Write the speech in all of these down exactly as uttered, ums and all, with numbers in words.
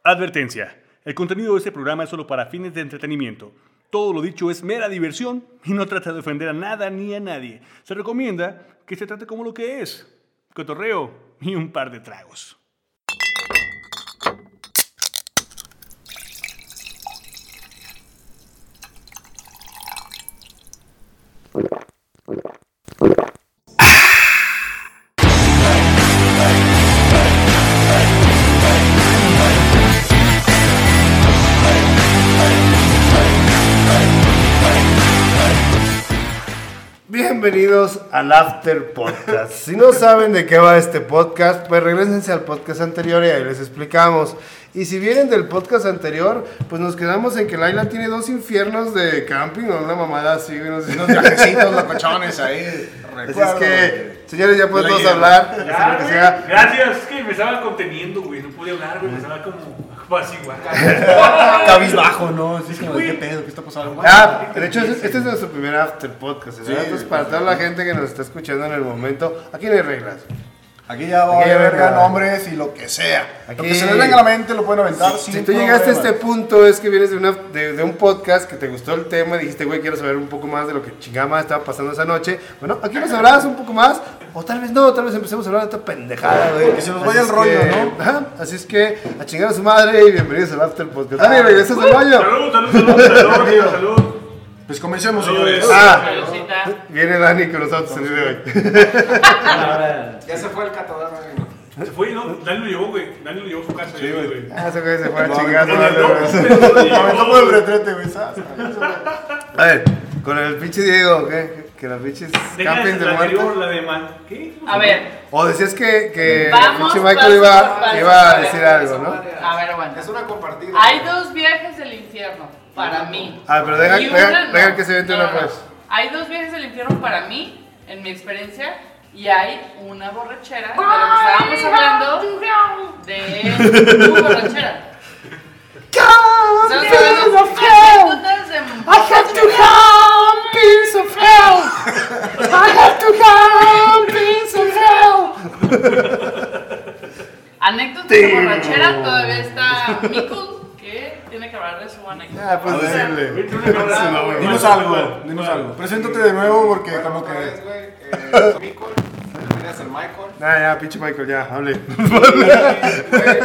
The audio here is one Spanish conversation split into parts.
Advertencia. El contenido de este programa es solo para fines de entretenimiento. Todo lo dicho es mera diversión y no trata de ofender a nada ni a nadie. Se recomienda que se trate como lo que es: cotorreo y un par de tragos. Bienvenidos al After Podcast. Si no saben de qué va este podcast, pues regrésense al podcast anterior y ahí les explicamos. Y si vienen del podcast anterior, pues nos quedamos en que Laila tiene dos infiernos de camping o una mamada así, unos, unos viajecitos locochones ahí. Así es que, señores, ya podemos hablar. Ya, lo que sea. Gracias, es que me estaba conteniendo, güey. No podía hablar, güey. Me estaba como así, güey. Cabizbajo, ¿no? Así es como, ¿qué pedo? ¿Qué está pasando? Ah, de hecho, este es nuestro primer After Podcast. ¿Sí? Entonces, para toda la gente que nos está escuchando en el momento, aquí no hay reglas. Aquí ya va a haber nombres y lo que sea. Aquí, lo que se les venga a la mente lo pueden aventar. Si, si tú llegaste a este punto, es que vienes de, una, de, de un podcast que te gustó el tema y dijiste, güey, quiero saber un poco más de lo que chingama estaba pasando esa noche. Bueno, aquí nos sabrás un poco más, o tal vez no, tal vez empecemos a hablar de esta pendejada, güey. Que se nos vaya el rollo, que, ¿no? Ajá, así es que a chingar a su madre y bienvenidos al After Podcast. Dani, ¿regresas al baño? Salud, salud, salud, salud, salud. Pues comencemos, señores. Ah, viene Dani con nosotros el día de hoy. Ya se fue el catador, amigo. Se fue, ¿no? Dani lo llevó, güey. Dani lo llevó a su casa. Sí, güey. Ah, ese güey se fue a No, chingar. no, No, no, no, por el retrete, güey. A ver, con el pinche Diego, ¿qué? Que las pinches camping de muertos. La de man. ¿Qué? A ver, O decías que, que el Vamos pinche Michael paso iba, por paso. iba a decir algo, ¿no? a ver, aguanta. Es una compartida. Hay dos viajes del infierno para mí. Ah, pero deja, Y deja, una no. deja que se vente No, una no, no. pues. Hay dos viajes del infierno para mí, en mi experiencia, y hay una borrachera de lo que estábamos hablando de tu borrachera. Estamos hablando anécdotas de piece of hell. I have to come, piece of hell. anécdotas de borrachera. Todavía está Miku, que tiene que hablar de su anécdota. Ah, pues decirle. Dinos algo, dinos algo. Preséntate de nuevo porque Bueno, como otra que... vez, güey. Eh, soy Michael. Bienvenidas al Michael. Nah, ya, pinche Michael, ya, hable. Güey,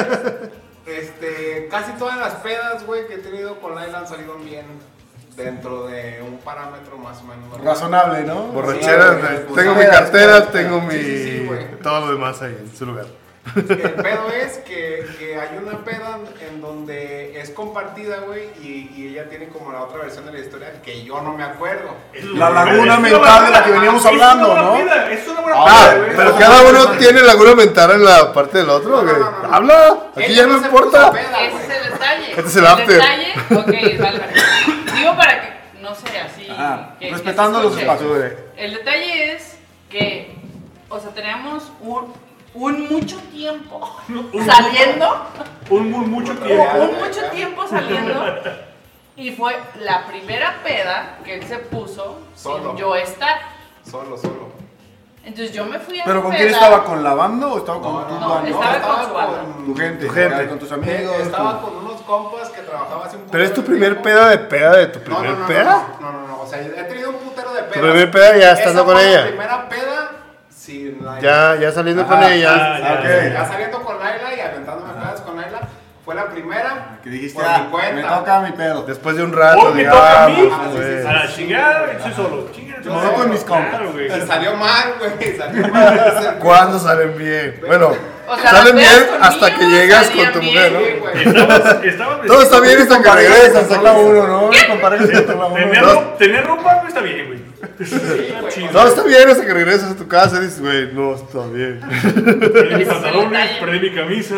este, casi todas las pedas, güey, que he tenido con Laila han salido bien dentro de un parámetro más o menos Razonable, ¿no? Borracheras, Sí, güey. güey. Tengo mi cartera, tengo mi. Sí, sí, sí, güey. todo lo demás ahí en su lugar. El pedo es que, que hay una peda en donde es compartida, güey, y, y ella tiene como la otra versión de la historia que yo no me acuerdo. La laguna mental de la que veníamos hablando, ¿no? Es una buena Ah, peda, güey. pero cada uno tiene laguna mental en la parte del otro, güey. No, no, no, no. Habla, aquí Ella ya no se importa. puso peda, Ese güey. es el detalle. Este es el after. detalle, ok, vale, vale. Digo para que, no sé, así. Ajá, que- que respetando se los escuche. espacios. Güey. El detalle es que, o sea, teníamos un, un mucho tiempo saliendo, Un muy mucho un, tiempo. un mucho tiempo saliendo, y fue la primera peda que él se puso Solo. sin yo estar. Solo, solo. Entonces yo me fui a ¿Pero mi con peda. quién estaba? ¿Con la banda o estaba con No, tu no, No, banda? estaba con su banda. Tu gente, Tu gente. con tus Eh, amigos. Estaba tu- con unos compas que trabajaba hace un Pero es tu putero de primer tiempo. peda de peda de tu No, primer no, no, peda. No, no, no, o sea, he tenido un putero de pedas. Tu primer peda ya estando Esa con fue ella. La primera peda sin Laila. Ya, ya saliendo con Ajá, ella. ah, ya. Ok. Ya saliendo con Laila y aventándome pedas con Laila. Fue la primera. Que dijiste, por ah, mi cuenta. me toca mi pedo. Después de un rato, Hoy me toca a mí. digamos, Ah, sí, güey. sí, sí. A la chingada, estoy solo. Chingada, Me voy con mis compas. Claro, güey. Y salió mal, güey. Salió mal. ¿Cuándo salen bien? Bueno, O sea, salen las pedas bien conmigo hasta que llegas con salían tu bien, mujer, ¿no? Sí, güey. Estabas- estabas Todo está bien hasta que regresas. Saca uno, ¿no? Compareces contra la Tener, uno. ro- tener ropa no está bien, güey. güey. Chido. Todo está bien hasta que regresas a tu casa y dices, güey, no, está bien. Perdí mis Ese es el pantalones, detalle. perdí mi camisa.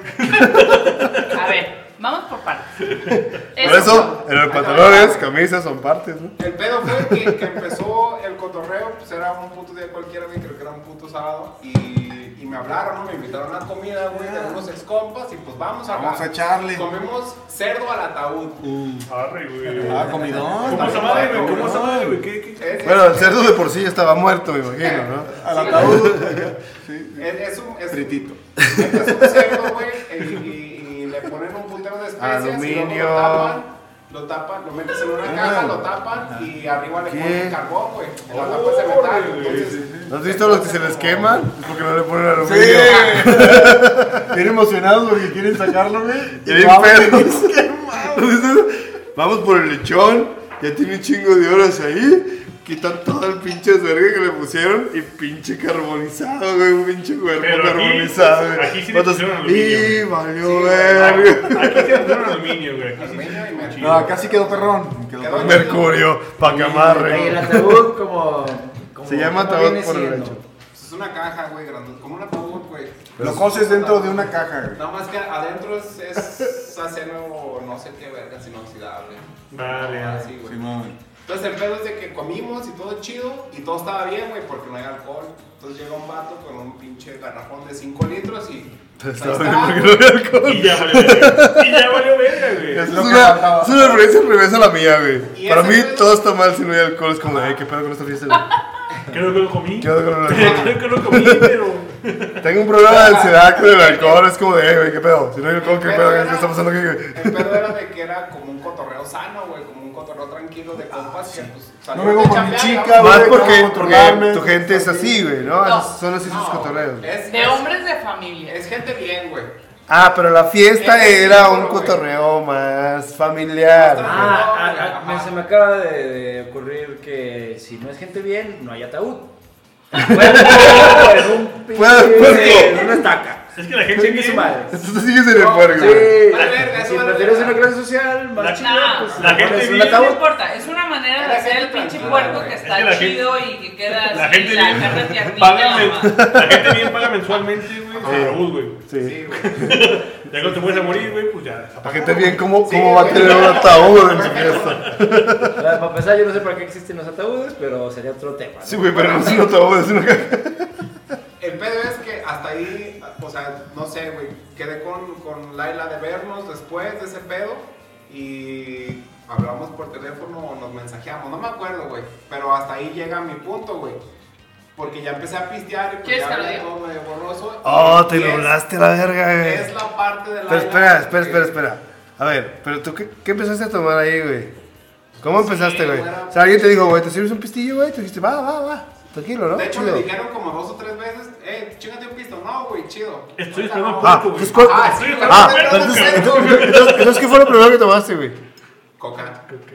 A ver, vamos por partes. Por eso, en los pantalones, camisas son partes, ¿no? El pedo fue que, que empezó el cotorreo, pues era un puto día cualquiera, güey, creo que era un puto sábado, y, y me hablaron, ¿no? Me invitaron a una comida, güey, de unos ex compas, y pues vamos a Vamos a echarle. Comimos cerdo al ataúd. Arre, güey. Ah, comidón. ¿Cómo esa madre, güey? ¿Cómo esa madre, güey? ¿Qué, qué? Es, Bueno, el cerdo de por sí ya estaba muerto, me imagino, ¿no? Al ataúd. es, es un... Es, Tritito. es un cerdo, güey, y, y- y le ponen ponen un puntero de especias Aluminio. y luego lo tapan, lo tapan, lo metes en una caja, lo tapan y arriba le ¿Qué? ponen carbón, güey. La tapa es de metal, entonces... ¿No has visto los que se les queman? Es porque no le ponen aluminio. Sí. Bien emocionados porque quieren sacarlo, güey. Y bien pedos. Vamos por el lechón, ya tiene un chingo de horas ahí. Quitan todo el pinche verga que le pusieron y pinche carbonizado, güey. Un pinche cuerpo Pero aquí, carbonizado, güey. aquí sí le Fotos- pusieron aluminio, Y güey. valió Sí, verga. Aquí se pusieron aluminio, güey. Aquí sí Aluminio y metal. No, acá sí quedó perrón. Quedó Quedó perrón. Mercurio, pa' que Y el amarre. ataúd como, como Se llama ¿cómo ataúd viene por el siendo? hecho. Es una caja, güey, grande, como un ataúd, güey. Lo coses dentro de una caja, güey. Nada más que adentro es, es acero, no sé qué verga, inoxidable. Vale, así, güey. Entonces el pedo es de que comimos y todo chido y todo estaba bien, güey, porque no hay alcohol. Entonces llega un vato con un pinche garrafón de cinco litros y... Pues ahí está está, bien, porque güey. no había alcohol. Y ya valió verga. Y ya valió verga, güey. Es Es lo que una, faltaba. es una referencia al revés a la mía, güey. Y Para ese mí pedo- todo está mal si no hay alcohol. Es como de, "Ay, ¿qué pedo con esta fiesta, güey? Creo que lo comí. ¿Qué pedo con el alcohol? Creo que lo comí, pero... Tengo un problema de ansiedad con el alcohol. Es como de, "Ey, güey, ¿qué pedo? Si no hay alcohol, ¿qué pedo? ¿Qué está pasando aquí, güey?" El pedo era de que era como un cotorreo sano, güey, como un cotorreo tranquilo de compas que pues... No salimos vengo de con mi chambear, chica, ¿no? Más güey, porque, tengo que controlarme. porque tu gente es así, güey, ¿no? No. Son así sus No, cotorreos. es- De es- hombres de familia. Es gente bien, güey. Ah, pero la fiesta Es era así, un güey. cotorreo más familiar. Ah, ah, Ajá. ah, me- se me acaba de, de ocurrir que si no es gente bien, no hay ataúd. En un pinche- Puede- puede- en una estaca. Es que la gente Chingue su bien- madre. Tú sigues en el No, puerco, Sí, güey. Vale, verga, eso si vale prefieres verga. una clase social La- más chida, No, pues la le gente pones un bien- No ataúd. importa, es una manera de La hacer el gente pinche tranquila, puerco güey. que Es está que la gente- chido y que queda La así, gente la bien carne tiernita, paga, la men- mamá. la gente bien paga mensualmente, güey, su ataúd, güey. Sí. Sí, güey. Ya cuando te puedes a morir, güey, pues ya. La gente bien, ¿cómo, Sí, cómo va a güey. tener un ataúd en su fiesta? Para empezar, yo no sé para qué existen los ataúdes, pero sería otro tema. ¿no? Sí, güey, pero no es un ataúd, es una caja. El pedo es que hasta ahí, o sea, no sé, güey, quedé con, con Laila de vernos después de ese pedo y hablamos por teléfono o nos mensajeamos, no me acuerdo, güey, pero hasta ahí llega mi punto, güey, porque ya empecé a pistear y pues ¿Quieres ya que lo era diga? todo medio borroso. Oh, te y es- doblaste a la verga, güey. Es la parte de Laila. Pero espera, espera, que- espera, espera. A ver, pero tú, ¿qué, qué empezaste a tomar ahí, güey? ¿Cómo Sí, empezaste, güey? era- O sea, alguien te dijo, güey, ¿te sirves un pistillo, güey? Tú dijiste, va, va, va. Tranquilo, ¿no? De hecho, Chido. me dijeron como dos o tres veces, eh, chingate un pisto. No, güey, chido. Estoy Ahorita esperando no. un Ah, poco, güey. entonces, ¿cuál- Ah, sí, güey. Ah, Pero pero no entonces, sé, entonces, güey. entonces, entonces, ¿qué fue lo primero que tomaste, güey? Coca.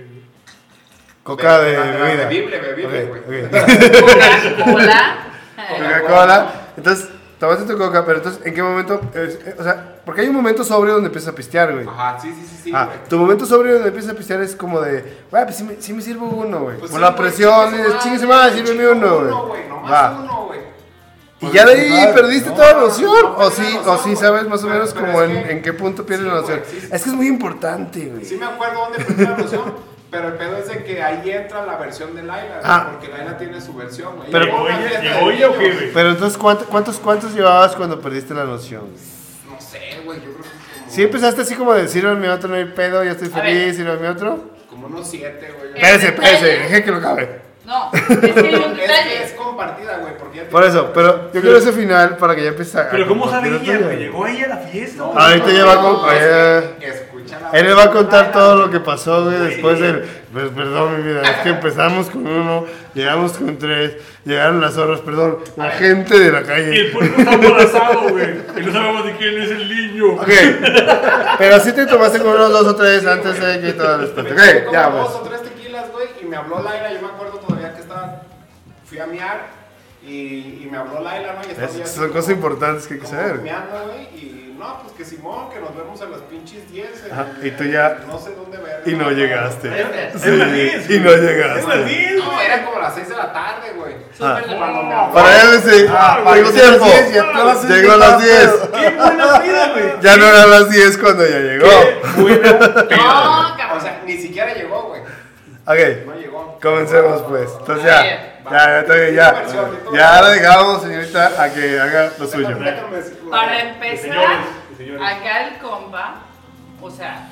Coca de La- la bebida. bebible, bebible, Ok, güey. ok. Coca-Cola. Coca-Cola. Entonces, tomaste tu coca, pero entonces, ¿en qué momento? Es- eh, o sea, porque hay un momento sobrio donde empiezas a pistear, güey. Ajá, sí, sí, sí, sí, Ah, güey. tu momento sobrio donde empiezas a pistear es como de, güey, pues sí me, sí me sirvo uno, güey. Pues Por sí, la güey, presión, chingue su dices, chingue su madre, madre, sírveme chingue uno, uno, güey. güey. Nomás Va. uno, güey. Y ya de ahí Claro, perdiste no, toda no, noción. no o perdí sí, la o noción, sí güey. sabes más o Pero- menos pero como es en, que- en qué punto pierdes sí, la noción. güey, sí, sí. Es que es muy importante, güey. Sí me acuerdo dónde perdí la noción, pero el pedo es de que ahí entra la versión de Laila, güey, Ah. porque Laila tiene su versión, güey. Pero- Llegó a una ¿Llegó ella? fiesta ¿Llegó de ella o qué, niños. güey? Pero entonces, ¿cuánto- ¿cuántos, cuántos llevabas cuando perdiste la noción? No sé, güey, yo creo que como, Sí empezaste así como de, sírveme otro, no hay pedo, ya estoy A ver. feliz, sírveme otro. como unos siete, güey. Espérese, espérese, detalle- deje que lo cabe. No, es que hay un Es que detalle. es compartida, güey, porque ya Por tiene- eso, pero yo quiero ese final para que ya empiece a... Pero a ¿cómo sabe compartir ella, otro, güey? ¿Llegó ella a la fiesta? No, Ahorita ya va no, con- no, eh, es que escucha la Él le va a versión de contar Laila. todo lo que pasó, güey, después del... Pues, perdón, mi vida, es que empezamos con uno, llegamos con tres, llegaron las zorras, perdón, la gente de la Y el calle. puerco está embarazado, güey. Y no sabemos de quién es el niño. Ok, pero sí te tomaste con unos dos o tres antes de que todo esto. Me Ok, tomé como ya, dos pues. o tres tequilas, güey, y me habló Laila, yo me acuerdo todavía que estaba, fui a miar, y, y me habló Laila, ¿no? Y estaba yo Esas así son como- cosas importantes que hay que como saber. meando, güey, y no, pues que Simón, que nos vemos a las pinches diez. en- Ajá, y tú ya- No sé dónde ver. Y no llegaste. Es Sí, las diez, y no Es las llegaste. diez, No, güey. era como las seis de la tarde, güey. Súper Cuando me de- habló. Para él sí, Ah, para llegó que sean tiempo. las diez, ya tú a las seis Llegó a ya las estaba diez. pedo. ¡Qué buena vida, güey! Ya no eran las diez cuando ya llegó. ¡Qué buena No, peda! O cabrón. sea, ni siquiera llegó, güey. Ok, No llegó. comencemos pues. Entonces ya, Bien. ya, ya está bien, ya. Ya la dejamos, señorita, a que haga lo suyo. Déjame- déjame decirlo. Para Señores, empezar, señores. acá el compa, o sea.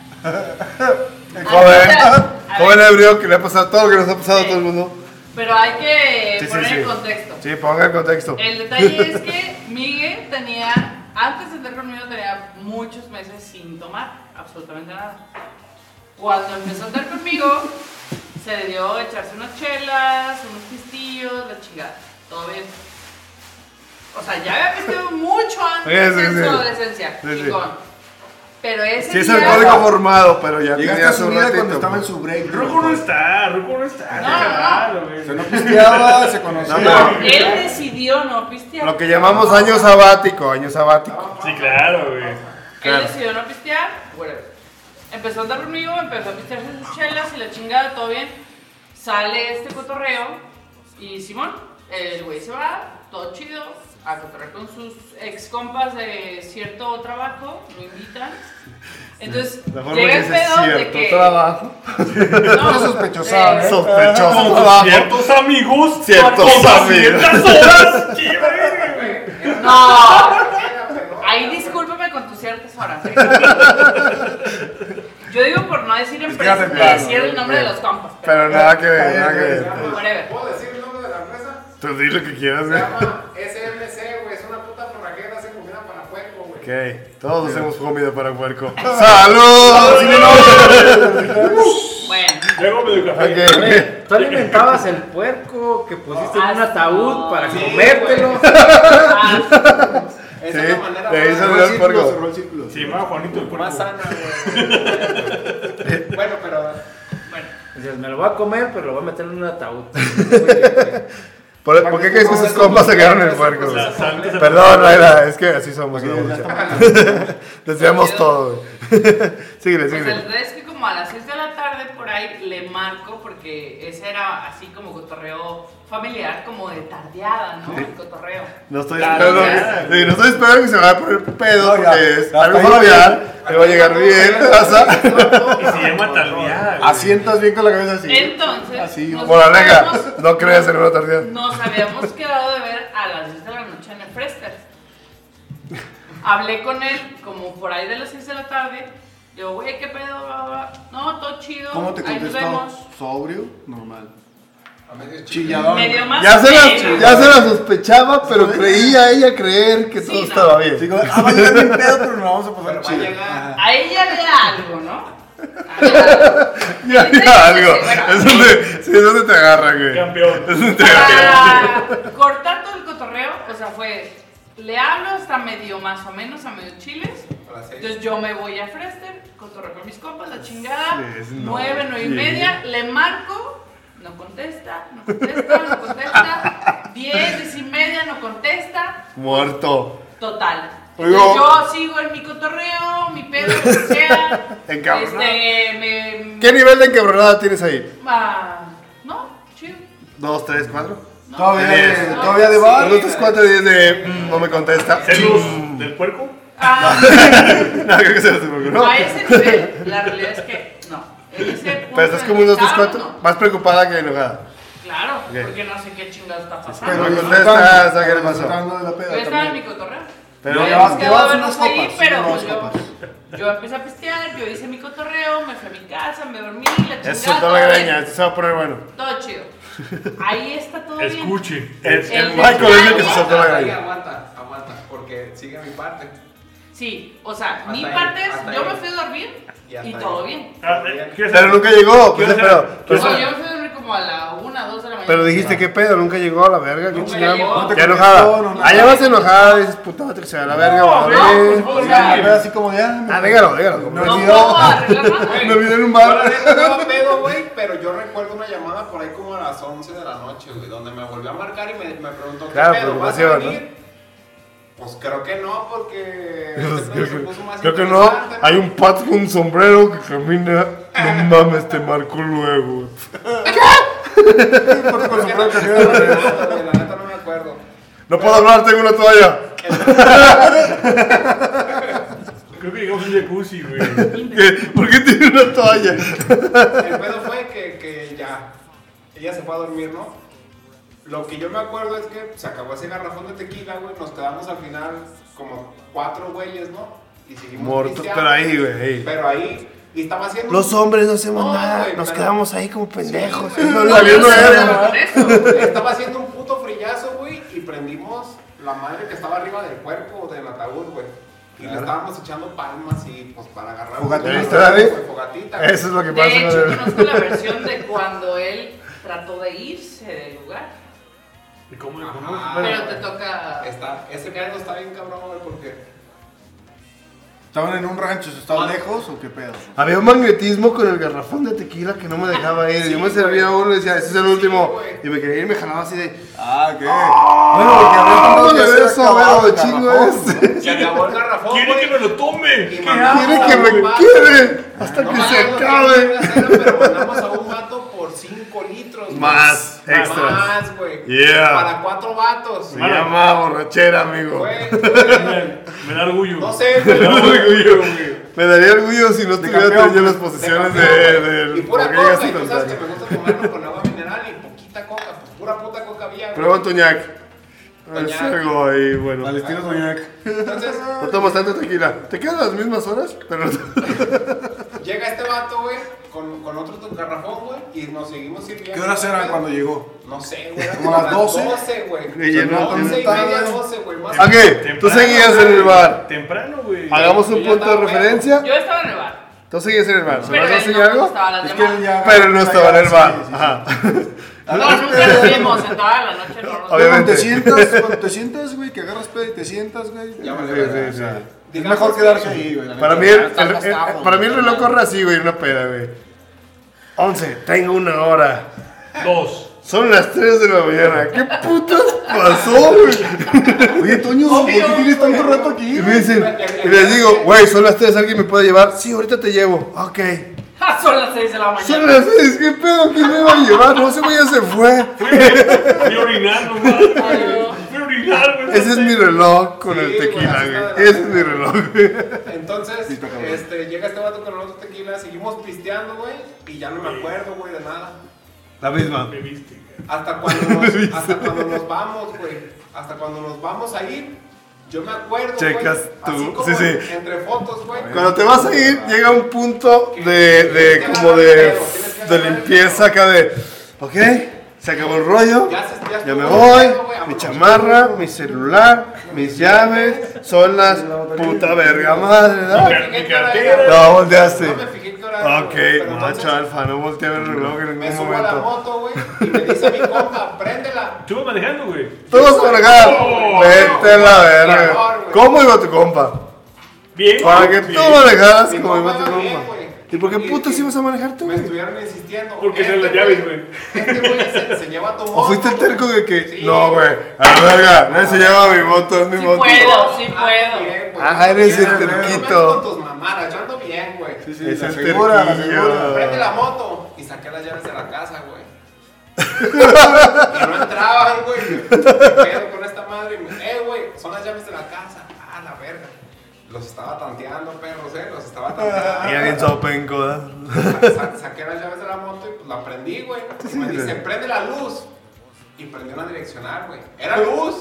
Joven, a joven ver, ebrio, que le ha pasado todo lo que nos ha pasado a Sí. todo el mundo. pero hay que Sí, sí, poner sí. en contexto. Sí, ponga el contexto. El detalle es que Miguel tenía, antes de estar conmigo, tenía muchos meses sin tomar. absolutamente nada. Cuando empezó a andar conmigo, se le dio a echarse unas chelas, unos pistillos, la chingada. Todo bien. O sea, ya había pisteado mucho antes Sí, sí, en su sí. adolescencia. Sí, sí. chingón. Pero ese Sí, es día... el código formado, pero ya Llegaste tenía a su su vida ratito. cuando estaba en su break. Ruco no está, Ruco no está. No, qué no. raro, güey. Se no pisteaba, se conocía. No, No, él decidió no pistear. Lo que llamamos año sabático, año sabático. Sí, claro, güey. Claro. Él decidió no pistear, whatever. Empezó a andar conmigo, empezó a pistearse sus chelas y la chingada, todo bien. Sale este cotorreo y Simón, el güey se va, todo chido, a cotorrear con sus ex compas de cierto trabajo, lo invitan. Entonces, La forma llega que el es pedo de cierto que... trabajo. No, sospechosón, eh, ¿eh? Sospechoso Con trabajo. ciertos amigos. Ciertos con amigos. ciertas horas. ¡Qué verga, güey! No, ahí discúlpame con tus ciertas horas. ¿eh? Yo digo por no decir empresa, Fíjate, ni claro, decir el nombre de los compas. Pero nada que ver, nada que Se ver. llama- Whatever. ¿Puedo decir el nombre de la empresa? Tú di lo que quieras, Se güey. llama S M C, güey. Es una puta forrajera, hace comida para puerco, güey. Ok, todos hacemos comida para puerco. ¡Salud! Bueno, Luego me doy café. Ok. Oye, tú alimentabas el puerco que pusiste en un Ah, ataúd no. para Sí, comértelo. ah, Esa Sí, es la manera de ahí más- se Cerró ve el el círculo, puerco. cerró el círculo. Se llamaba Juanito el Puerco. más sana, güey. Bueno, pero bueno. Dices, me lo voy a comer, pero lo voy a meter en un ataúd. ¿Por, ¿por qué crees que sus compas se quedaron en el puerco? La santa se- Perdón, Raira, es que así somos. Sí, ¿no? ya Mucha. está. Desviamos todo, güey. Síguele, Pues síguele. el resto es que como a las seis de la tarde por ahí le marco porque ese era así como cotorreo familiar, como de tardeada, ¿no? El cotorreo. No estoy Claro, esperando, ya. sí, no estoy esperando que se vaya a poner pedo No, ya. porque es Ya algo está familiar. Me va a llegar bien, ¿pasa? Y se llama Talviada. güey. Asientas bien con la cabeza así. Entonces, Así, nos Moraleja, habíamos- no creas en una tardía. Nos habíamos quedado de ver a las diez de la noche en el Frester. Hablé con él como por ahí de las seis de la tarde. Digo, güey, ¿qué pedo? Bla, bla, bla. No, todo chido. ¿Cómo te Ahí nos contestó? vemos. ¿Sobrio? Normal. a medio Chilladón. Medio más. Ya se, serio. la, ya se la sospechaba, pero creía ella creer que Sí, todo no. estaba bien. Sí, como, ah, va a llegar bien pedo, pero no vamos a pasar Pero va a chido. llegar. Ajá. A ella había algo, ¿no? Había algo. Ya, Entonces, ya, algo. bueno, Es donde, sí, es donde te agarran, güey. Campeón. Es donde te agarran. Para cortar todo el cotorreo, o sea, fue, le hablo hasta medio más o menos, a medio chiles. A las seis. Entonces yo me voy a Frester, cotorreo con mis compas, la chingada, Sí, es no, nueve, nueve y sí. media, le marco, no contesta, no contesta, no contesta, diez, diez y media, no contesta, Muerto. total. Oigo. Entonces yo sigo en mi cotorreo, mi pedo, lo que sea. Encabronado. Este, me... ¿Qué nivel de encabronada tienes ahí? Ah, no, chido. ¿Dos, tres, cuatro? No. Todavía, Diez. de, todavía de bar. Dos, tres, cuatro, diez de. mm, no me contesta. ¿Celos Mm. del puerco? Ah, No, creo que se los ocurrió. a ese nivel, la realidad es que no. En ese punto Pero estás en como el un dos, que tres, cuatro. estábamos, no. Más preocupada que enojada. Claro, Ok. porque no sé qué chingados está pasando. Pero Pero contesta, disfrutando, ¿sabes qué le pasó? disfrutando de la peda Yo estaba en mi también. cotorreo. Pero Yo llevas- habíamos llevas quedado a unas vernos ahí, copas, pero unas pues yo, copas. yo empecé a pistear, yo hice mi cotorreo, me fui a mi casa, me dormí, la chingada. Eso soltó todo la bien, greña, esto se va a poner bueno. Todo chido. Ahí está todo bien. Escuchen. El, Es- el El Michael es el que se detalle- soltó la Hasta ahí greña. aguanta, aguanta, porque sigue mi parte. Sí, o sea, Hasta mi ahí, parte es, hasta yo ahí. me fui a dormir Y hasta y ahí. todo bien. Ah, eh, ¿quieres Pero saber? nunca llegó, pues, ¿Quieres pero, saber? pero, No, yo me fui a dormir como a la una, dos de la mañana. pero dijiste qué pedo, nunca llegó a la verga, qué Nunca chingada. llegó. No te Ya contestó, enojada. no, no. Allá vas enojada, dices puta madre que se va a la verga, No, va a no, ver. pues, pues, O sea, ve así como ya. Ah, dígalo, dígalo. No, Me No olvidó. puedo arreglar nada. Me olvidé en un Yo la bar. neta estaba pedo, güey, pero yo recuerdo una llamada por ahí como a las once de la noche, güey, donde me volvió a marcar y me, me preguntó, ¿qué Claro, pedo? ¿Vas a preocupación, venir? Pues creo que no, porque este Creo pedo se que, puso más creo que no, interesante, hay un pato con un sombrero que camina. No mames, te marco luego. Con Es que sombrero no, que no, tiene de revés. güey, la neta no me acuerdo. No puedo hablar, tengo una toalla. Creo que llegamos a un jacuzzi, güey. ¿Qué? ¿Por qué tiene una toalla? El pedo fue que, que ya, ella se fue a dormir, ¿no? Lo que yo me acuerdo es que se acabó ese garrafón de tequila, güey, nos quedamos al final como cuatro güeyes, ¿no? Y seguimos Muertos, pisteando. pero ahí, güey. ahí. Pero ahí, y estaba haciendo... Los hombres no hacemos No, nada, güey, nos pero- quedamos ahí como pendejos. Sí, No, güey. la vio No, no yo era. no sé por eso. Estaba haciendo un puto frillazo, güey, y prendimos la madre que estaba arriba del cuerpo del ataúd, güey. Y Y le estábamos echando palmas y pues para agarrar Fogatita, un- ¿viste, Dani? pues, fogatita. Eso es lo que pasa. De hecho, ¿no? conozco la versión de cuando él trató de irse del lugar. ¿Y cómo le Ajá. conozco? Pero te toca. Está, ese pedo está bien cabrón, güey, porque ¿Estaban en un rancho? ¿Estaban lejos o qué pedo? Había un magnetismo con el garrafón de tequila que no me dejaba ir. Sí, Yo me servía güey. uno y decía, ese es el Sí, último. güey. Y me quería ir y me jalaba así de. Ah, ¿qué? Bueno, porque Ah, no ya me se beso, acababa güey, el chingo garrafón, este. se acabó el garrafón, ¡Quiere güey. que me lo tome! Y ¿Qué mandamos Quiere a que un me vato. quiere hasta No que me se acuerdo qué acabe. iba a hacer, pero mandamos a un vato por cinco litros. güey. Más extras. Más, güey. Yeah. Para cuatro vatos. Se llama borrachera, amigo. Güey, Me, me da orgullo. no sé, Me da güey. orgullo, güey. Me daría orgullo si no tuviera campeón, tenido las De posiciones de, campeón, güey. del Y pura Borregas coca, y y tú sabes que González. me gusta tomarlo con agua mineral y poquita coca. Pues pura puta coca había, güey. Prueba Toñac. Toñac. Es algo ahí, bueno. Al estilo Doñac. Entonces, No tomas tanto tequila. Te quedan las mismas horas, pero no. llega este vato, güey, con, con otro garrafón, güey, y nos seguimos sirviendo. ¿Qué horas eran cuando llegó? No sé, güey. eran ¿Como las doce? doce, güey. Y llenó- once y llenó- media, doce, güey. Más ¿A qué? Tú Temprano, seguías en el bar. Temprano, güey. Hagamos Yo un ya punto de estaba referencia. Yo estaba en el bar. Tú seguías en el bar. Son Pero las él doce y no me algo. gustaba las Es que demás. él ya. Pero no estaba en el bar. Sí, sí, sí. Ajá. No, nunca nos vimos. En toda la noche no nos Cuando Obviamente. te sientas, cuando te sientas, güey, que agarras pedo y te sientas, güey. Ya vale, Sí, verga, sí, o sea, sí. Es digamos mejor que- quedarse ahí, güey. la Para neta. mí, el, Están el- los el- tacos, para mí el güey. reloj corre así, güey, una peda, güey. once, tengo una hora. Dos. Son las tres de la mañana. ¿Qué putas pasó, güey? Oye, Toño, ¿por qué tienes tanto rato aquí? Y me dicen, y les digo, güey, son las tres, ¿alguien me puede llevar? Sí, ahorita te llevo. Ok. Ah, son las seis de la mañana. Son las seis, ¿qué pedo? ¿Quién me va a llevar? No, ese güey ya se fue. Fui a orinar nomás. Ay, Fui a orinar, güey. Ese es mi reloj con Sí, el güey, tequila, así está güey. de la Ese es mi reloj, güey. Entonces, está cabrón. este, llega este vato con el otro tequila, seguimos pisteando, güey, y ya no me acuerdo, güey, de nada. La misma. Me viste, güey. Hasta cuando nos, hasta cuando nos vamos, güey. Hasta cuando nos vamos a ir, yo me acuerdo, güey. Checas tú, Así como sí, sí. en- entre fotos, güey. Cuando te vas a ir, llega un punto de, de como de, de limpieza acá de, ok, se acabó el rollo, Ya se- ya ya me estuvo voy, el pedo, güey, mi vámonos. chamarra, mi celular, mis llaves, son las puta verga madre, No ¿no? me fijé qué hora era. No, volteaste. No me fijé qué hora era, Ok, güey, pero macho entonces alfa, no volteé a ver el reloj en Me ningún subo a la momento. moto, güey, y me dice mi compa, préndela. Tú vas manejando, güey. Tú vas a manejar, No, vete a la no, verga. güey. ¿Cómo iba tu compa? Bien. Para que bien. tú manejaras Mi como iba compa tu iba bien, compa. güey. ¿Y por qué Y- putas y- ibas a manejar tú, Me güey? estuvieron insistiendo. Porque Este se las güey- llaves, güey. Este güey se, se lleva tu moto. ¿O fuiste el terco de que, Sí. no, güey, a la verga, nadie se llama mi moto, es mi Sí moto? puedo, sí Ah, puedo. bien, güey. Ah, eres el No me terquito. con tus mamadas, yo ando bien, güey. Sí, sí, Es la el segura, la terquillo. segura. Prende la moto y saqué las llaves de la casa, güey. Y no entraban, güey. ¿Qué pedo con esta madre? Y me, eh, güey, son las llaves de la casa. Ah, la verga. Los estaba tanteando, perros, eh. Los estaba tanteando. Y alguien sopenco, ¿verdad? Sa- sa- saqué las llaves de la moto y pues la prendí, güey. Y me dice, prende la luz. Y prendió una direccional, güey. Era luz.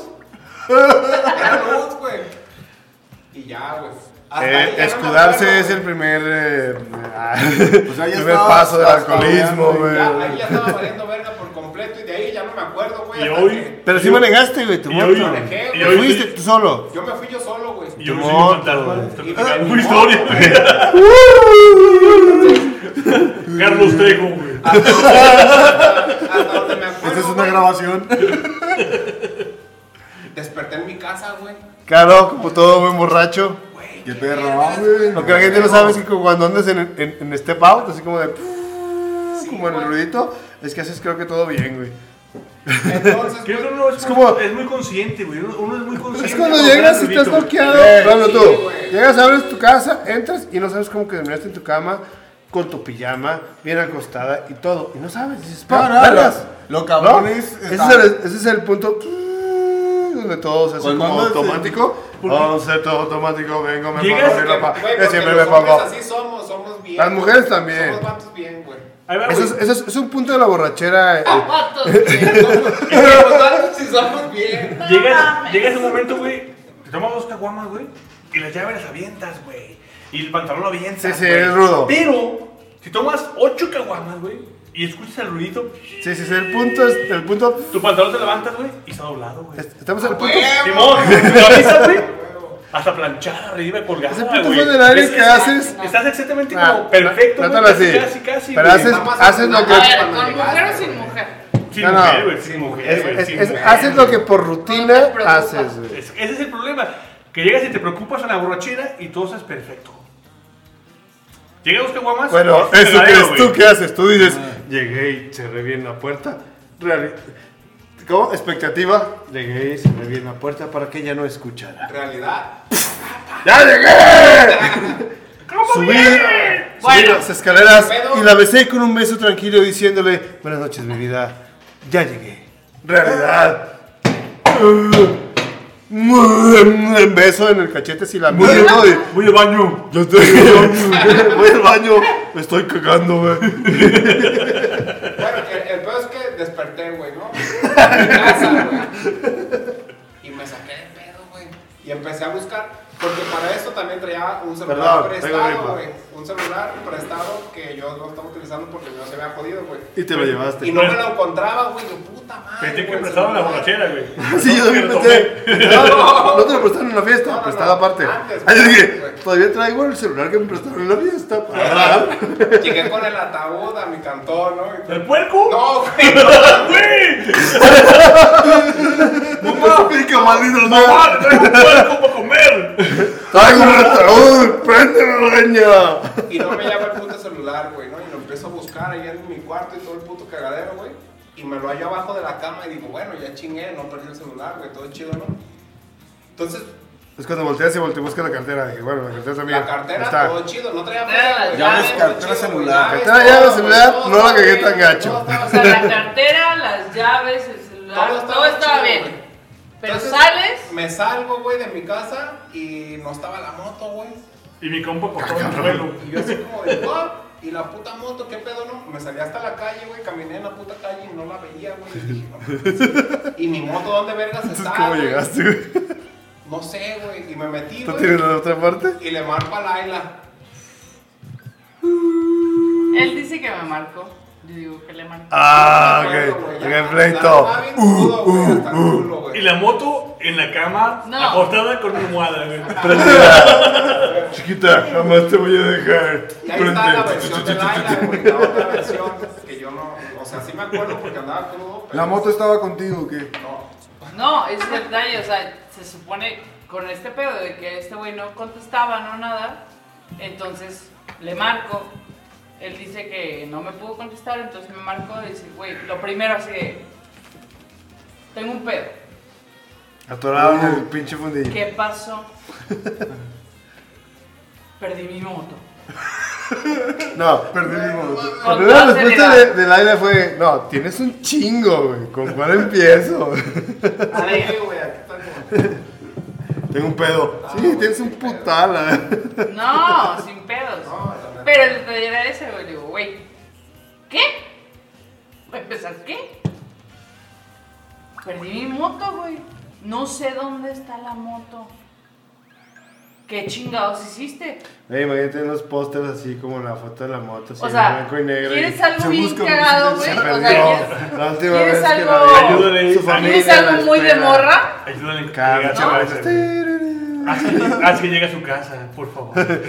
Era luz, güey. Y ya, güey. Hasta ahí Eh, ya no me escudarse acuerdo, es güey. el primer, eh, Pues ahí primer estabas, paso del estabas alcoholismo, caminando, güey. Ya, ahí ya estaba valiendo verga por completo y de ahí ya no me acuerdo, güey. Y hasta hoy- que- Pero sí manejaste, güey, tu Y moto. hoy, manejé, y güey. hoy ¿Fuiste tú solo? Yo me fui yo solo, güey. Y yo Tu soy un moto, fantasma. güey. Estoy Y- platicando y- una historia, güey. Carlos Trejo, güey. Hasta donde me acuerdo. Esta es una güey, grabación. Desperté en mi casa, güey. Claro, como todo buen borracho. Güey, Qué qué perro, vergas, güey. Lo que la gente no sabe es que cuando andas en, en, en step out, así como de, Sí, como en el güey. ruidito, es que haces creo que todo bien, güey. Entonces, Que güey, uno no es, Es como, como- es muy consciente, güey. Uno, uno es muy consciente. Es cuando cuando llegas y está estás solito. bloqueado. Eh, Bueno, sí, tú, güey. llegas, abres tu casa, entras y no sabes cómo que terminaste en tu cama con tu pijama, bien acostada y todo. Y no sabes, dices, No, "Pa- no, vergas". lo- lo cabrón ¿No? es- Ese, está- es el, ese es el punto donde todo se hace Cuando como andas en- automático. ¿Por qué? Vamos a hacer todo automático, vengo, me Llegas- pongo mi ropa. güey, Yo porque siempre me los hombres pongo. así somos, somos bien. Las mujeres güey. también. Somos vatos bien, güey. Ahí va, Eso güey. es, eso es- es un punto de la borrachera. eh, Vatos, Somos- Los vatos sí somos bien. Llegas, llega ese momento, güey. Te tomas dos caguamas, güey. Y las llaves las avientas, güey. Y el pantalón lo avientas. Sí, sí, güey. es rudo. Pero, si tomas ocho caguamas, güey. Y escuchas el ruidito, Sí, sí, sí, el punto es. El punto. tu pantalón te levantas, güey. Y está doblado, güey. Estamos en el punto. Huevo. Simón, lo avisas, güey. hasta planchada, arriba, colgada, Ese puto güey. funerario Es- que es- haces. Estás exactamente Ah, como perfecto, no- güey, no te lo casi, así. casi, casi, Pero güey. haces, Nada más haces lo A que. ver, cuando ¿con llegaste, mujer o güey. sin mujer? Sin No, no. mujer, güey, sin mujer, güey, Es- sin es- mujer. haces lo que por No te rutina preocupas. haces, güey. Es- ese es el problema. Que llegas y te preocupas en la borrachera y todo es perfecto. Llega dos caguamas. Bueno, es eso cagadero, crees tú, güey. ¿qué haces? Tú dices, llegué y cerré bien la puerta. Reali- ¿Cómo? Expectativa. Llegué y cerré bien la puerta para que ella no escuchara. Realidad. ¡Ya llegué! Subí, subí Bueno. las escaleras Pero- y la besé con un beso tranquilo diciéndole, buenas noches, mi vida. Ya llegué. Realidad. Un beso en el cachete si la miro. y- Voy al baño. Yo estoy voy al baño, me estoy cagando, güey. Bueno, el, el peor es que desperté, güey, ¿no? En mi casa, güey. Y me saqué de pedo, güey. Y empecé a buscar. Porque para esto también traía un celular Perdón, tengo prestado, gripa. güey. Un celular prestado que yo no estaba utilizando porque no se había jodido, güey. Y te lo llevaste. Y no me lo encontraba, güey. De puta madre. Pensé que güey, prestaron la celular. borrachera, güey. Sí, yo también Me lo pensé. tomé. No, no te lo prestaron en la fiesta, No, no, prestado no. aparte. Antes, Ah, yo dije, güey. todavía traigo el celular que me prestaron en la fiesta. Ah, Llegué con el ataúd a mi cantón, ¿no? Y todo. ¿El puerco? No, güey. No, ¡Güey! ¡Mamá! ¡Pica, maldito sea! ¡Mamá, te traigo un puerco para comer! ¡Traigo un ataúd! ¡Préndelo, leña! Y no me llama el puto celular, güey, ¿no? Y lo empiezo a buscar ahí en mi cuarto y todo el puto cagadero, güey. Y me lo hallo abajo de la cama y digo, bueno, ya chingué, no perdí el celular, güey, todo chido, ¿no? Entonces, Es cuando volteas y volteas y buscas la cartera. Y bueno, la cartera también. la cartera, está. todo chido, no traía Traía feria, las güey. llaves, todo cartera, chido, güey, celular. llaves, Cartera, llaves, todo, celular, güey, todo no la estaba cagué bien, tan gacho. todo estaba O sea, la bien. cartera, las llaves, el celular, Todo todo estaba estaba, chido, bien. güey. Pero Entonces, sales, Me salgo, güey, de mi casa y no estaba la moto, güey. Y mi compa cortó el suelo. Y yo así como de, "What?". Y la puta moto, ¿qué pedo, no? Me salí hasta la calle, güey, caminé en la puta calle y no la veía, güey. Y dije, no mames. ¿Y mi moto dónde vergas Entonces, está, ¿cómo güey? llegaste, güey? No sé, güey. Y me metí, ¿Tú güey. tienes la otra parte? Y le marco a Laila. él dice que me marcó. Yo digo que le marcó. Ah, No me acuerdo, ok. güey, En ya- el pleito. Estaba bien crudo, güey, hasta el culo, güey. Y la moto en la cama, No. acostada con una almohada, güey. Chiquita, jamás te voy a dejar. Y ahí está la versión de Laila, güey, la otra versión que yo no, o sea, sí me acuerdo porque andaba crudo, pero ¿La moto estaba contigo o qué? no. No, es el detalle, o sea, se supone con este pedo de que este güey no contestaba, no nada. Entonces le marco. Él dice que no me pudo contestar, entonces me marcó y dice, güey, lo primero así de, tengo un pedo. Atorado en el pinche fundillo. ¿Qué pasó? Perdí mi moto. No, perdí mi moto. La Con primera toda respuesta seriedad. de, de Laila fue, no, tienes un chingo, güey. ¿Con cuál empiezo? A ver, Sí, güey, aquí está como. Tengo un pedo. Sí, tienes un putal. ¿eh? no, sin pedos. No, la neta. Pero el detalle era ese, güey. Digo, güey, ¿qué? ¿Voy a empezar qué? Perdí mi moto, güey. No sé dónde está la moto. ¿Qué chingados hiciste? Ey, imagínate unos pósters así como la foto de la moto, así O sea, en blanco y negro. ¿quieres y algo se bien busca, cagado, se güey? O sea, perdió. ¿quieres- La última ¿quieres vez que la algo- vi, Ayúdale, su familia ¿Quieres la algo muy de espera. morra? Ayúdale a Cada llegar a ¿no? su casa. Haz que, haz que llegue a su casa, por favor.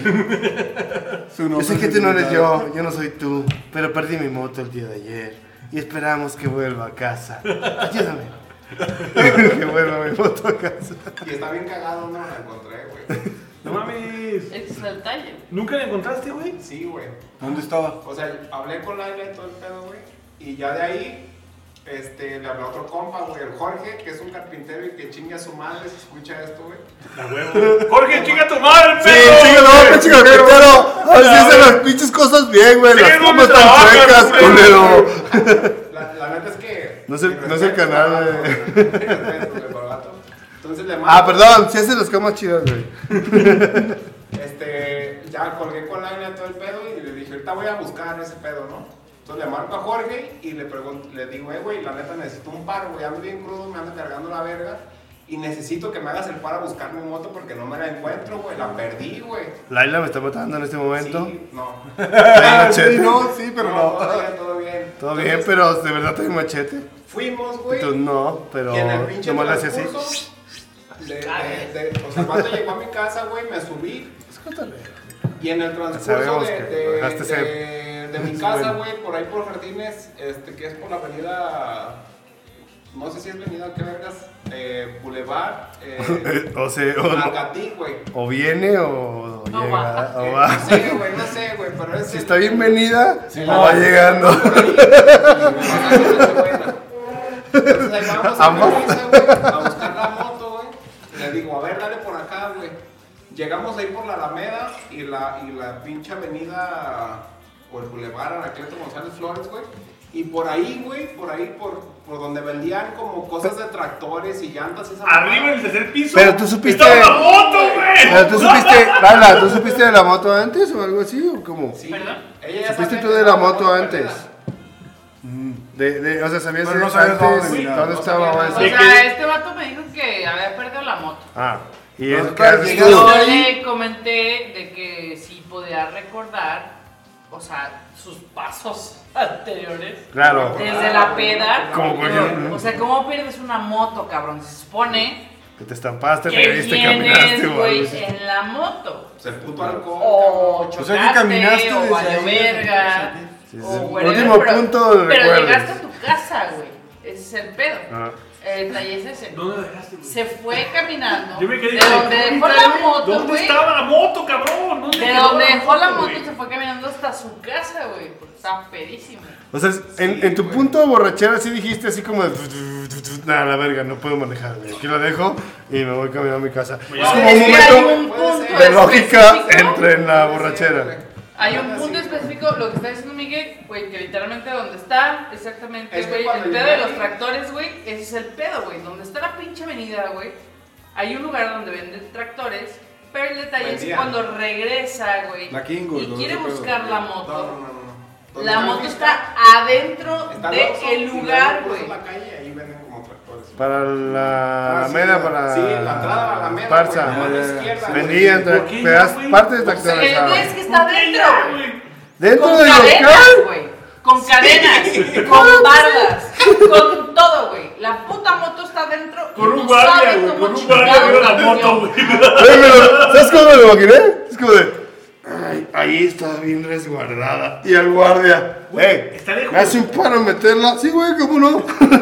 Yo sé que tú no eres yo, yo no soy tú, pero perdí mi moto el día de ayer y esperamos que vuelva a casa. Ayúdame. Que vuelva mi moto a casa. Y está bien cagado, no la encontré, güey. No mames. Ese es el detalle. ¿Nunca la encontraste, güey? Sí, güey. ¿Dónde estaba? O sea, hablé con Laila y todo el pedo, güey. Y ya de ahí, este, le hablé a otro compa, güey, el Jorge, que es un carpintero y que chingue a su madre si escucha esto, güey. La huevo. Jorge, chinga tu madre, Sí, perro. chico, no, pinche carpintero. Así hacen las pinches cosas bien, güey. Sí, Las ¿dónde tomas están trabajas, chuecas, culero? culero. La, la neta es que. No es el- mi no es el respeto, canal, vato, güey. mi respeto, güey, para vato. Entonces le mando. Ah, perdón, si hacen las camas chidas, güey. Este, ya colgué con Laila todo el pedo y le dije, ahorita voy a buscar ese pedo, ¿no? Entonces le marco a Jorge y le pregunto, le digo, eh, güey, la neta necesito un paro, güey, ando bien crudo, me ando cargando la verga y necesito que me hagas el paro a buscar mi moto porque no me la encuentro, güey, la perdí, güey. Laila me está matando en este momento. Sí, no. Trae machete. Sí, no, sí, pero no, no. todo bien, todo bien. Todo Entonces, bien, pero de verdad trae machete. Fuimos, güey. Entonces no, pero Y en el pinche nomás le hace así. transcurso, de, de, de, o sea, el vato llegó a mi casa, güey, me subí. Y en el transcurso de, de, de, de mi casa, güey, por ahí por Jardines, este, que es por la avenida, no sé si es avenida, ¿qué vergas? Eh, Boulevard, eh, o sea, o, Alcatín, güey. O viene o, o No llega. va. O Eh, va. no sé, güey, no sé, güey, pero es Si el- está bien venida, Sí, o no. va llegando. Entonces ahí vamos a Ambas. Televisa, güey, a buscar la moto, güey. Le digo, a ver, dale por acá, güey. Llegamos ahí por la Alameda y la, y la pinche avenida, o el Boulevard Anacleto González Flores, güey. Y por ahí, güey, por ahí, por, por donde vendían como cosas de tractores y llantas y esa Arriba en mamada. el tercer piso. Pero tú supiste- ¡Estaba la moto, güey! Pero tú supiste, Lala, ¿tú supiste de la moto antes o algo así? ¿O cómo? Sí, ¿Perdón? ella ya ¿Supiste sabía tú que de estaba la moto antes? perdida. De, de, o sea, ¿sabías Pero no antes sabías dónde ni nada. dónde No estaba sabía o nada. O eso? sea, este vato me dijo que había perdido la moto. Ah, y No, es no, que haces llegas- tú. Yo ahí? le comenté de que sí podía recordar, o sea, sus pasos anteriores. Claro. Desde la peda. Como cualquier- O sea, ¿cómo pierdes una moto, cabrón? Se supone Que te estampaste, te que caíste, caminaste, vienes, güey. güey, en la moto. Se puto alcohol. O O sea, que chocaste, caminaste o desde valió ahí, verga. Sí, sí. O El whatever, último pero- punto de Pero recuerdos. llegaste a tu casa, güey. Ese es el pedo. Ah. El detalle es ese. ¿Dónde la dejaste, güey? Se fue caminando. Yo me quedé de donde dejó la moto, ¿Dónde güey. estaba la moto, cabrón? ¿Dónde De quedó donde dejó la moto güey? se fue caminando hasta su casa, güey. Porque estaba pedísimo. O sea, en, en tu punto de borrachera sí dijiste así como de... Nada, la verga, no puedo manejar, güey. Aquí la dejo y me voy caminando a mi casa. Oye, Es no, como un Es que hay momento un punto de lógica específico. entre en la Sí, borrachera. güey. Hay un punto específico, lo que está diciendo Miguel, güey, que literalmente donde está, exactamente, Es que güey, el cuando pedo llegué de los ahí- tractores, güey, ese es el pedo, güey. Donde está la pinche avenida, güey, hay un lugar donde venden tractores, pero el detalle es Vendían. cuando regresa, güey, La King, güey, y no quiere sé, pero- buscar la No, no, moto. no, no. no. ¿Dónde La está moto el está adentro Está del Oxxo, y luego lugar, cruzas güey. la calle y ahí venden como tractores. Para la Ah, sí, Alameda, la- para... sí, la entrada a la Alameda, Parza. güey, a la izquierda, güey. Vendían ¿Por tra- qué pedas- ya, güey? partes de O sea, tractores. el ah. güey es que está ¿Por qué adentro, ya, güey. güey? Dentro Con del cadenas, local. güey. Con cadenas, con bardas, con todo, güey. La puta moto está dentro. y Con un no guardia, sabe güey. cómo Con un chingados guardia vio la la moto, metió. güey. Oye, pero, ¿sabes cómo me lo imaginé? Es como de... Ay, ahí está bien resguardada. Y el guardia, hey, está lejos. ¿me hace un paro meterla? Sí, güey, ¿cómo no?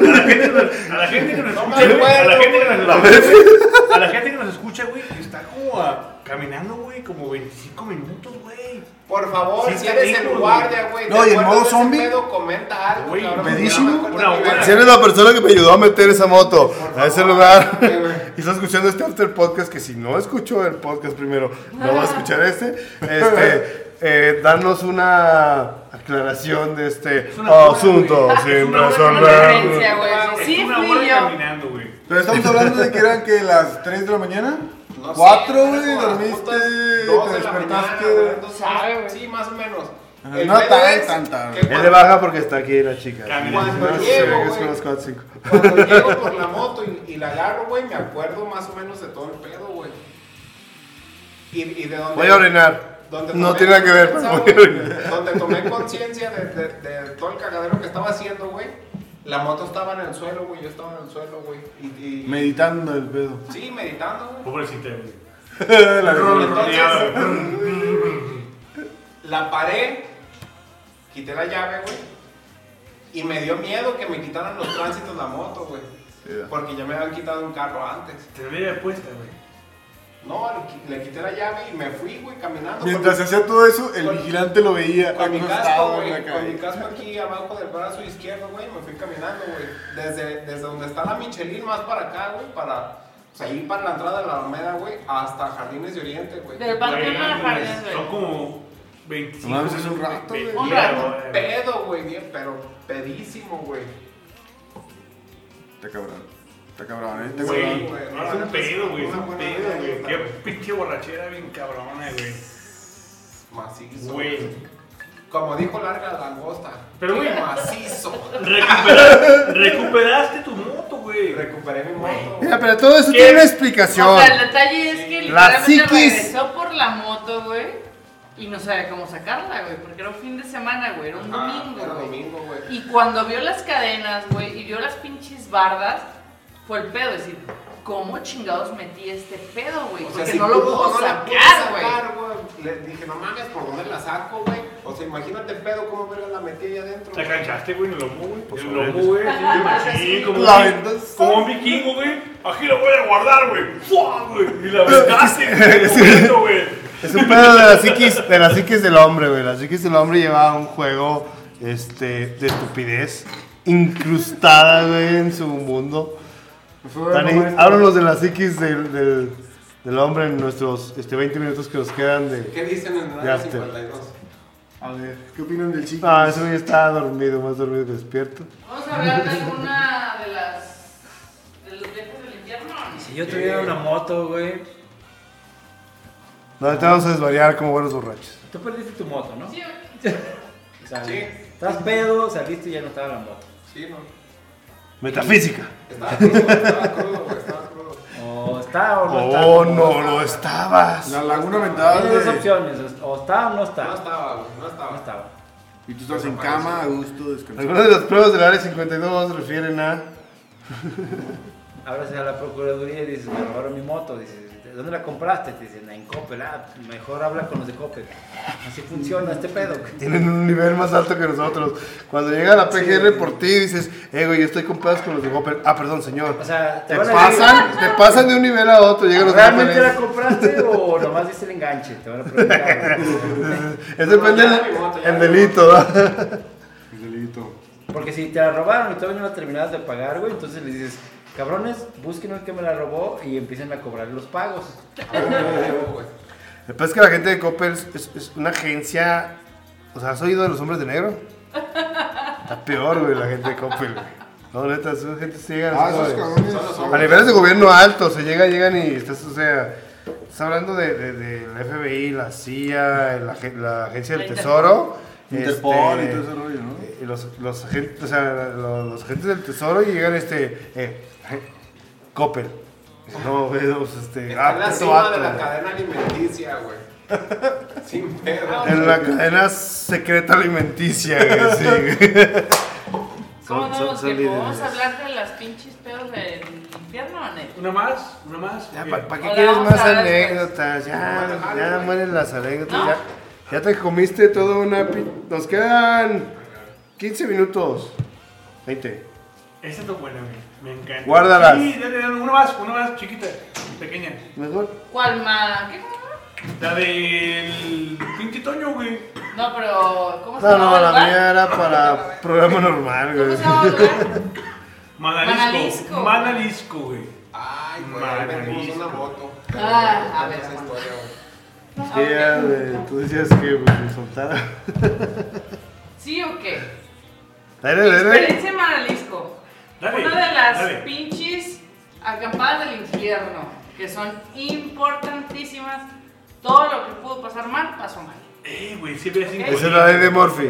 A la gente que nos No me escucha, güey, a la acuerdo, gente que nos güey. escucha, güey, a la gente que nos escucha, güey, está como a- caminando, güey, como veinticinco minutos, güey. Por favor, Sí, si está eres el lejos, guardia, güey. No, ¿te y en acuerdas modo de ese zombie. pedo? Comenta algo, Güey, cabrón. pedísimo. Ya me acuerdo Una ni hora. verga. Si eres la persona que me ayudó a meter esa moto a ese lugar Sí, güey. y está escuchando este after podcast, que si no escuchó el podcast primero, no va a escuchar este, este eh, darnos una aclaración de este una hora, asunto güey. sin Es una hora de resolver. referencia, güey. Es Sí, una fui hora yo. caminando, güey. Pero estamos hablando de que eran que las tres de la mañana. No sé, Cuatro, era güey, como las dormiste, putas te dos de la despertaste. mañana, güey, dos- Sabe, güey. Sí, más o menos. Ajá, El no pedo tan, es tan, tan. que Él le cuando- baja porque está aquí la chica. Cuando No sé, llego, es güey. con las cuatro, cinco. Cuando llego por la moto y, y la agarro, güey, me acuerdo más o menos de todo el pedo, güey. Y, y de dónde... Voy a orinar. donde No tomé tiene nada que ver, pero conciencia, voy a güey, orinar. donde tomé conciencia de, de, de todo el cagadero que estaba haciendo, güey. La moto estaba en el suelo, güey, yo estaba en el suelo, güey. Y, y- Meditando el pedo. Sí, meditando, güey. Pobrecita, güey. La Entonces, la paré, quité la llave, güey. Y me dio miedo que me quitaran los tránsitos la moto, güey. Porque ya me habían quitado un carro antes. Te la había puesta, güey. No, le, qui- le quité la llave y me fui, güey, caminando. Mientras con, hacía todo eso, el con- vigilante lo veía con mi casco, acostado en güey. la Con mi calle. casco aquí abajo del brazo izquierdo, güey. Me fui caminando, güey. Desde, desde donde está la Michelin más para acá, güey. Para, o sea, ir para la entrada de la Alameda, güey. Hasta Jardines de Oriente, güey. Del panteón a la jardín, Son güey. como veinticinco No mames, es un minutos, rato, ve- güey. Un mira, rato. güey. Pedo, güey, bien, pero pedísimo, güey. Está cabrón. Está cabrón, eh. Está Güey, cabrón. güey, es no, un no, pedo, güey, es una un buena pedo, güey. anécdota, Qué güey. pinche borrachera bien cabrona, güey. Macizo. Güey. Como dijo Larga Langosta. Pero, güey. qué macizo. Recupera- recuperaste tu moto, güey. Recuperé mi moto. Mira, pero todo eso ¿Qué? tiene una O explicación. sea, el detalle es que La literalmente psiquis. regresó por la moto, güey. Y no sabía cómo sacarla, güey. Porque era un fin de semana, güey. Era un Ah, domingo, era güey. domingo, güey. Y cuando vio las cadenas, güey, y vio las pinches bardas, fue el pedo, es decir, ¿cómo chingados metí este pedo, güey? O sea, Porque si no lo pudo, puedo no la sacar, pude güey. sacar, güey. Le dije, no mames, ¿por dónde la saco, güey? O sea, imagínate el pedo, cómo verga la metí ahí adentro. Te canchaste, güey, en el lomo, güey. Pues, En el lomo, güey. así de machín, como, La un- vendas. como un vikingo, güey. Aquí lo voy a guardar, güey. ¡Fua, güey! Y la aventaste, güey. güey. Es un pedo de la psiquis, de la psiquis del hombre, güey. La psiquis del hombre lleva un juego este, de estupidez incrustada, güey, en su mundo. Dani, háblanos de la psiquis del, del, del hombre en nuestros este, veinte minutos que nos quedan de... ¿Qué dicen en el Ya año te- cincuenta y dos? A ver, ¿qué opinan del chico? Ah, ese güey está dormido, más dormido que despierto. Vamos a hablar de alguna de las. de los viajes del infierno. Si yo tuviera una moto, güey. No, te vamos a desvariar como buenos borrachos. Tú perdiste tu moto, ¿no? Sí, güey. O sea, Sí. estás pedo, saliste y ya no estaba la moto. Sí, no. Metafísica. Estaba crudo, estaba crudo, güey, estaba crudo. O está o no está. Oh, no lo estabas. La laguna mental Tienes dos de... opciones, o está o no está. No estaba, güey, no No estaba. estaba. Y tú estás en cama, a gusto, descansando. Algunas de las pruebas del área cincuenta y dos refieren a... Hablas a la procuraduría y dices, me robaron mi moto. Dices, ¿de dónde la compraste? Te dicen, en Coppel. Ah, mejor habla con los de Coppel. Así funciona este pedo. Tienen un nivel más alto que nosotros. Cuando llega la P G R por ti, dices, eh, güey, yo estoy con pedos con los de Coppel. Ah, perdón, señor. O sea, Te van a pasan, te pasan de un nivel a otro. Llegan los ¿realmente la Coppel. compraste o nomás diste el enganche? Te van a preguntar. Eso depende Ya, del mi moto, ya, el mi delito, ¿verdad? El delito. Porque si te la robaron y todavía no la terminabas de pagar, güey, entonces les dices, cabrones, busquen el que me la robó y empiezan a cobrar los pagos. Después que la gente de Coppel es, es- es una agencia. O sea, ¿has oído de los hombres de negro? Está peor, güey, la gente de Coppel, güey. No, neta, esa gente se llega Ah, esos cabrones. Son los a hombres. niveles de gobierno alto, se llega, llegan y estás, o sea, estás hablando de, de, de la F B I, la C I A, la, agen- la Agencia del La Tesoro. Interpol este, y todo ese rollo, ¿no? eh, y los, los agentes, o sea, los, los agentes del Tesoro y llegan este, eh, Coppel. Dice, no, güey, pues, este, Está en la puto cima vato, de la güey. cadena alimenticia, güey. Sin pedo. En la cadena secreta alimenticia, güey, sí, güey. ¿Cómo Son- no? son- son que podemos líderes. hablar de las pinches pedos del infierno, ¿no? Una más, una más. Ya, Ok. ¿para qué Hola, quieres vamos más a ver, anécdotas? Ya, pues. ya mueren las anécdotas. ¿No? Ya, ya te comiste toda una... pi- Nos quedan quince minutos. veinte. Esa está buena, güey. Me encanta. Guárdalas. Sí, dale, dale, una más, una más chiquita, pequeña. Mejor. ¿Cuál más? ¿Qué? La del pinche Toño, güey. No, pero. ¿Cómo se No, llama no, el la lugar? mía era para programa normal, ¿Cómo güey. se llama el lugar? Manalisco. Manalisco. Manalisco, güey. Ay, güey, Madre vendimos mía. una moto. Ah, a ver, Esa vamos. historia, güey. Sí, ya, güey, tú decías que pues, me soltara. ¿Sí o qué? Dale, dale. Experiencia en Manalisco. Dale, Una de las dale. pinches acampadas del infierno, que son importantísimas. Todo lo que pudo pasar mal, pasó mal. Eh, güey, siempre así. Ok. Esa es la ley de Murphy.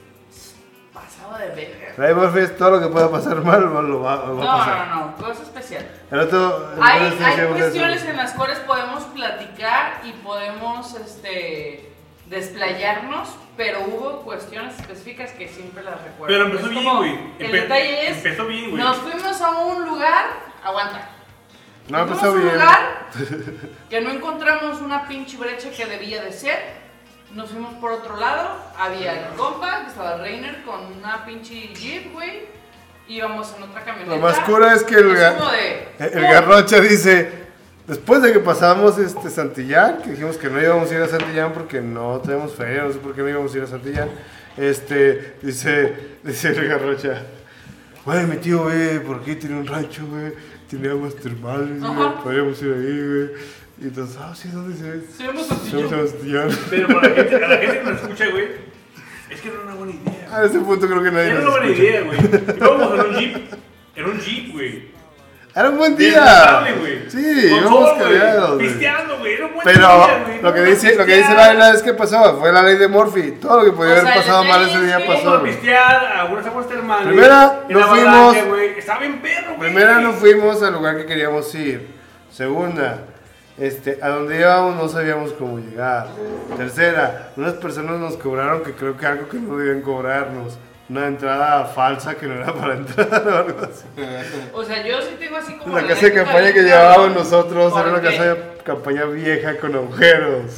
Pasado de verga. La ley de Murphy es todo lo que pueda pasar mal, lo va, lo No, va a pasar. no, no, cosa especial. El otro... el Hay, otro sí hay decíamos cuestiones eso. en las cuales podemos platicar y podemos este, desplayarnos, pero hubo cuestiones específicas que siempre las recuerdo. Pero empezó Es bien, como, güey. El Empe- detalle es, empezó bien, güey. nos fuimos a un lugar, aguanta. No, Nos pues fuimos está a un bien. lugar que no encontramos una pinche brecha que debía de ser. Nos fuimos por otro lado, había el compa, que estaba Reiner con una pinche jeep, güey. Íbamos en otra camioneta. Lo más cura es que el, Es ga- como de, el ¡pum! Garrocha dice, después de que pasamos este Santillán, que dijimos que no íbamos a ir a Santillán porque no tenemos feria, no sé por qué no íbamos a ir a Santillán, este, dice, dice el Garrocha, güey, mi tío, güey, por aquí tiene un rancho, güey, tiene aguas termales, güey, Ajá. podríamos ir ahí, güey. Y entonces, ah, sí, ¿dónde se ve? Sí, vamos a Somos a Santillán. Pero para la gente, a la gente que nos escucha, güey, es que no era una buena idea. A ese punto creo que nadie Era nos una buena escucha. idea, güey. Íbamos en un jeep. Era un jeep, güey. Era un buen Bien día. responsable, güey. Sí, Con íbamos sol, güey. cargados, güey. Pisteando, güey. Era un buen Pero día, güey. lo que Vamos a dice, lo que dice pistear. Laila es que pasó, fue la ley de Murphy. Todo lo que podía O haber sea, pasado el mal detalle ese día es que- pasó. Fuimos a güey. pistear a algunas aguas termales. Primera, en la nos avalancha, fuimos- güey. Estaba bien perro, güey. Primera, no fuimos al lugar que queríamos ir. Segunda, este, a donde íbamos no sabíamos cómo llegar. Tercera, unas personas nos cobraron que creo que algo que no debían cobrarnos. una entrada falsa que no era para entrar o algo así. O sea, yo sí tengo así como... La la casa de anécdota campaña bien que cabrón, llevábamos nosotros era una porque- casa de campaña vieja con agujeros.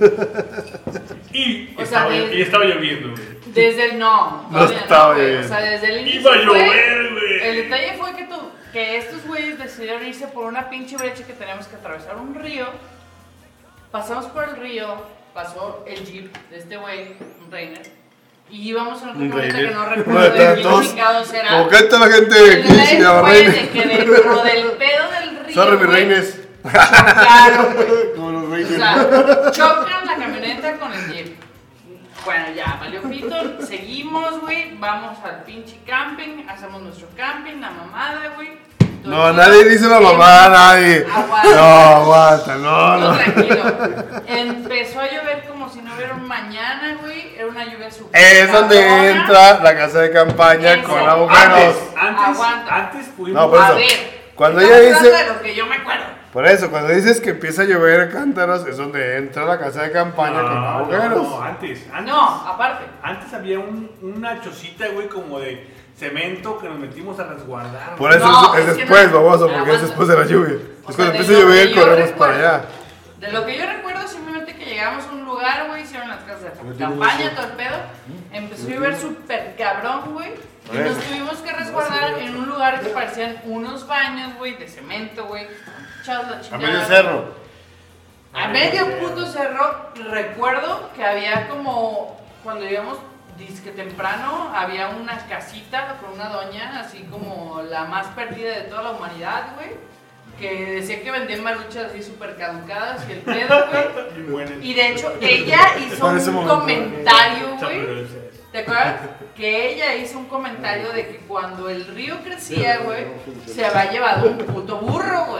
Y, O estaba, sea, de- y estaba lloviendo, güey. Desde el no, No todavía estaba güey. bien. O sea, desde el inicio Iba a fue- llover, güey. El detalle fue que, tu- que estos güeyes decidieron irse por una pinche brecha que tenemos que atravesar un río. Pasamos por el río, pasó el jeep de este güey, un Reiner, y íbamos en otra Un camioneta Reiner. que no Bueno, recuerdo de están quién todos- chingados era. Como que toda la gente El aquí se detalle llama fue Reines. de que dentro del pedo del río, Sorry, mi güey, Reines. chocaron, güey. Como los O Reines. sea, chocan la camioneta con el jeep. Bueno, ya, valió pito, seguimos, güey, vamos al pinche camping, hacemos nuestro camping, la mamada, güey. Todo No, chido. nadie dice la mamada, nadie. Aguanta. No, aguanta, no, No, no. tranquilo. Empezó a llover como si no hubiera un mañana, güey. Era una lluvia súper Es donde cabrona. entra la casa de campaña Eso. con agujeros. Antes, antes, Aguanta. antes pudimos... No, por A eso. ver. Cuando estamos ella dice- hablando de lo que yo me acuerdo. Por eso, cuando dices que empieza a llover cántaros, es donde entra la casa de campaña con No, agujeros. no, antes, antes. No, aparte. Antes había un, una chocita, güey, como de cemento que nos metimos a resguardar. Por eso No, es, es es que después, no. baboso, porque es Aguanta. después de la lluvia. O Es sea, cuando de empieza a lo llover, que yo corremos para recuerdo. allá. De lo que yo recuerdo, simplemente que llegamos a un lugar, güey, hicieron las casas de campaña, todo el pedo. Empezó a llover súper cabrón, güey. Y nos tuvimos que resguardar en un lugar que parecían unos baños, güey, de cemento, güey. Echados la A chingada. medio cerro. A medio puto cerro, recuerdo que había como, cuando íbamos disque temprano, había una casita con una doña, así como la más perdida de toda la humanidad, güey, que decía que vendían maruchas así súper caducadas y el pedo, güey. Y bueno, Y de hecho, ella hizo Para ese un momento. comentario, Pero güey. es- ¿Te acuerdas? Que ella hizo un comentario de que cuando el río crecía, güey, se había llevado un puto burro, güey.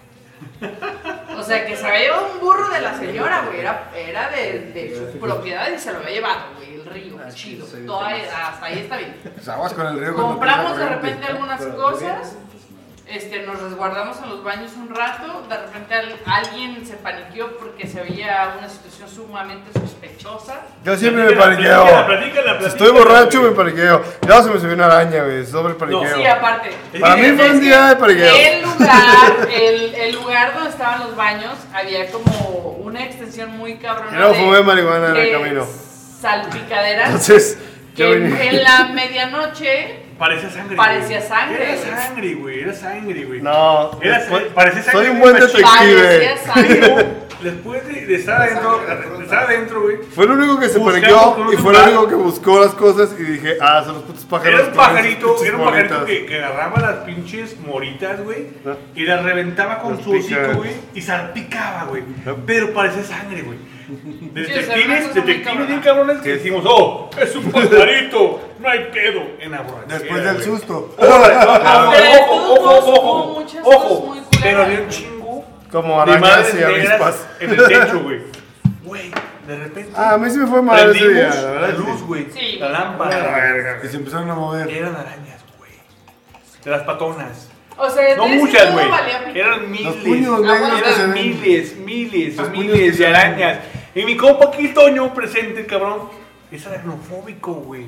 O sea, que se había llevado un burro de la señora, güey. Era, era de, de su propiedad y se lo había llevado, güey. El río, chido. Todo ahí- hasta ahí está bien. Pues aguas con el río. cuando Compramos empieza de a correr. repente algunas cosas. Este, nos resguardamos en los baños un rato. De repente al- alguien se paniqueó porque se veía una situación sumamente sospechosa. Yo siempre me Platícala, paniqueo. platícala, platícala, Si estoy platícala, borracho, me güey. paniqueo. Ya se me subió una araña, güey. Sobre el paniqueo. Sí, aparte. Para mí fue un día de paniqueo. El lugar, el, el lugar donde estaban los baños, había como una extensión muy cabrona. Y luego de- fumé marihuana en el de camino. Salpicaderas. Entonces, que yo en, venía. en la medianoche. Parecía sangre. Parecía güey. sangre, Era güey. sangre, güey. Era sangre, güey. No, Era, después- parecía sangre. soy un güey, buen machín. detective. Parecía sangre. Después de, de estar adentro, de estar adentro, güey. Fue el único que se Buscamos paniqueó con un y fue el celular. único que buscó las cosas y dije, ah, son los putos pájaros. Era un con esas pajarito, pinches era un pajarito bolitas. que, que agarraba las pinches moritas, güey, Ah. y las reventaba con Las su pica. hocico, güey, y salpicaba, güey. Ah. Pero parecía sangre, güey. Sí, o sea, una Detectives, cosa muy detectives cabrona. bien cabrones que decimos, oh, es un pajarito, no hay pedo en la borrachera. Después del güey. susto. Órale, Pero ojo, de ojo, todos ojo, modos, ojo, hubo ojo, muchas cosas ojo, muy culeras. pero había un chingo Como de arañas madres y negras avispas. en el techo, güey. Güey, de repente Ah, a mí sí me fue mal ese día, prendimos la la verdad. luz, sí. güey, Sí. la lámpara. Y se empezaron a mover. Eran arañas, güey. De las patonas. O sea, No de ese muchas, todo güey. valía pito. Eran miles. puños negros eran que se ven. miles, miles, Los puños miles que se de ven. arañas. Y mi compa aquí, Toño, presente, el cabrón, es aracnofóbico, güey.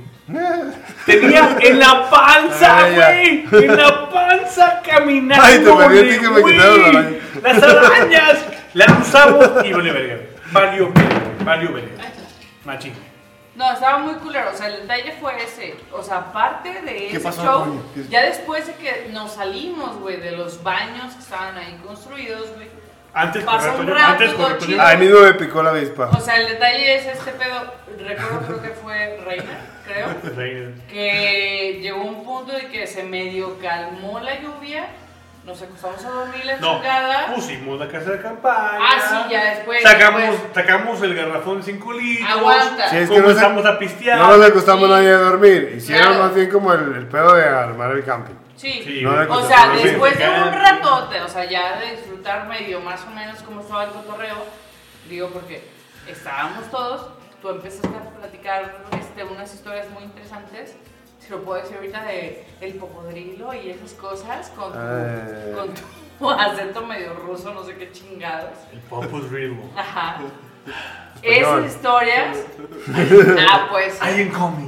Tenía en la panza, Ay, ya. güey. En la panza caminando. Ay, te perdí a ti que me quitaron la araña. Las arañas las usamos y vale verga. Valió verga, valió verga. Machín. No, estaba muy culero, o sea, el detalle fue ese. O sea, aparte de ese pasó, show, coño? ¿Qué- ya después de que nos salimos, güey, de los baños que estaban ahí construidos, güey. Antes Pasó correcto, un yo- rato, antes todo correcto, yo- chido. A mí mismo me picó la avispa. O sea, el detalle es este pedo, recuerdo creo que fue Reina, creo, Reina. que llegó un punto de que se medio calmó la lluvia, nos acostamos a dormir la No, chingada. pusimos la casa de campaña. Ah, sí, ya después, Sacamos, después. sacamos el garrafón de cinco litros. Aguanta. Sí, es que no, Comenzamos se- a pistear. no nos acostamos Sí. nadie a dormir. Hicieron Claro. más bien como el, el pedo de armar el camping. Sí. Sí, No, güey. de O que sea, se- después de un Sí. ratote, o sea, ya de disfrutar medio más o menos cómo estaba el cotorreo, digo porque estábamos todos, tú empezaste a platicar este, unas historias muy interesantes, si lo puedo decir ahorita, de el popodrilo y esas cosas, con tu, Ay. con tu acento medio ruso, no sé qué chingados. El Popus Ritmo. Ajá. Español. Esas historias, ah, pues... I am coming.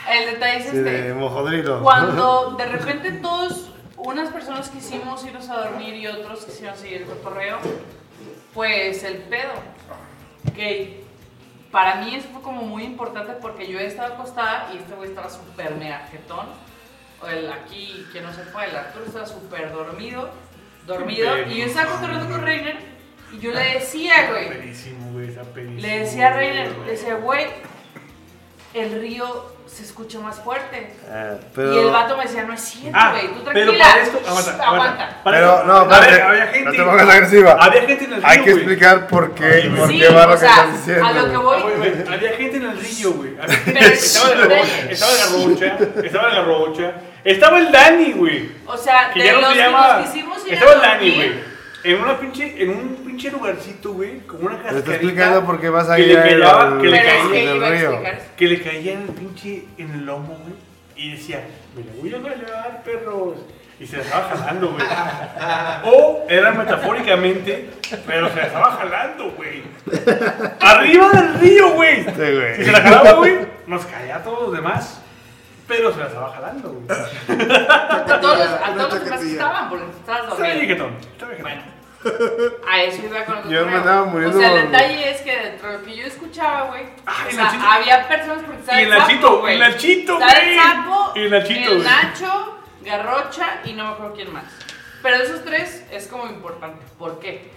el detalle es Sí, este. de mojodrilo. Cuando de repente todos, unas personas quisimos irnos a dormir y otros quisieron seguir el cotorreo, pues el pedo. Que para mí eso fue como muy importante porque yo estaba acostada y este güey estaba súper mega jetón. O el aquí, que no se fue, el Arturo estaba súper dormido, dormido. Y yo estaba cotorreando con Reiner y yo le decía, güey. Pedísimo, güey, está pedísimo. Le decía a Reiner, le decía, güey, el río se escucha más fuerte. Ah, pero... Y el vato me decía, no es cierto, Ah, güey, tú pero tranquila. para esto, aguanta, Shh, aguanta. Para Pero esto- no, a ver, espérate, había gente. no te pongas agresiva. Había gente en el río, Hay que güey. explicar por qué, por Sí, qué va lo o que sea, estás diciendo. a lo que güey. voy. Ah, güey, güey, había gente en el río, güey. Había gente- Pero Estaba sí, la güey. garrocha, estaba la garrocha, estaba la garrocha. Estaba el Dani, güey. O sea, Que de ya no los se que llama. nos quisimos ir Estaba a el Dani, dormir, güey. En una pinche, en un pinche lugarcito, güey, como una cascarita. Te estoy explicando por qué vas a que ir le al- cayaba, que le Pero es caía que del iba a río. explicar eso. que le caía en el pinche, en el lomo, güey, y decía, me la voy a jalar, perros, y se la estaba jalando, güey. O era metafóricamente, pero se la estaba jalando, güey. Arriba del río, güey. Sí, güey. Si se la jalaba, güey, nos caía a todos los demás, pero se la estaba jalando, güey. A todos los, a Una todos los demás chaquetilla. estaban porque estabas Estaba dormido. jetón, estaba jetón. Bueno, a eso iba con el Yo me cotorreo. andaba muriendo O sea, el por- detalle es que dentro de lo que yo escuchaba, güey, Ah, o y sea, Nachito. había personas porque estaba Y el el Nachito, Sapo, güey. el Nachito, Estaba el güey. Sapo, Y el Nachito, el güey. Nacho, Garrocha y no me acuerdo quién más. Pero de esos tres es como importante. ¿Por qué?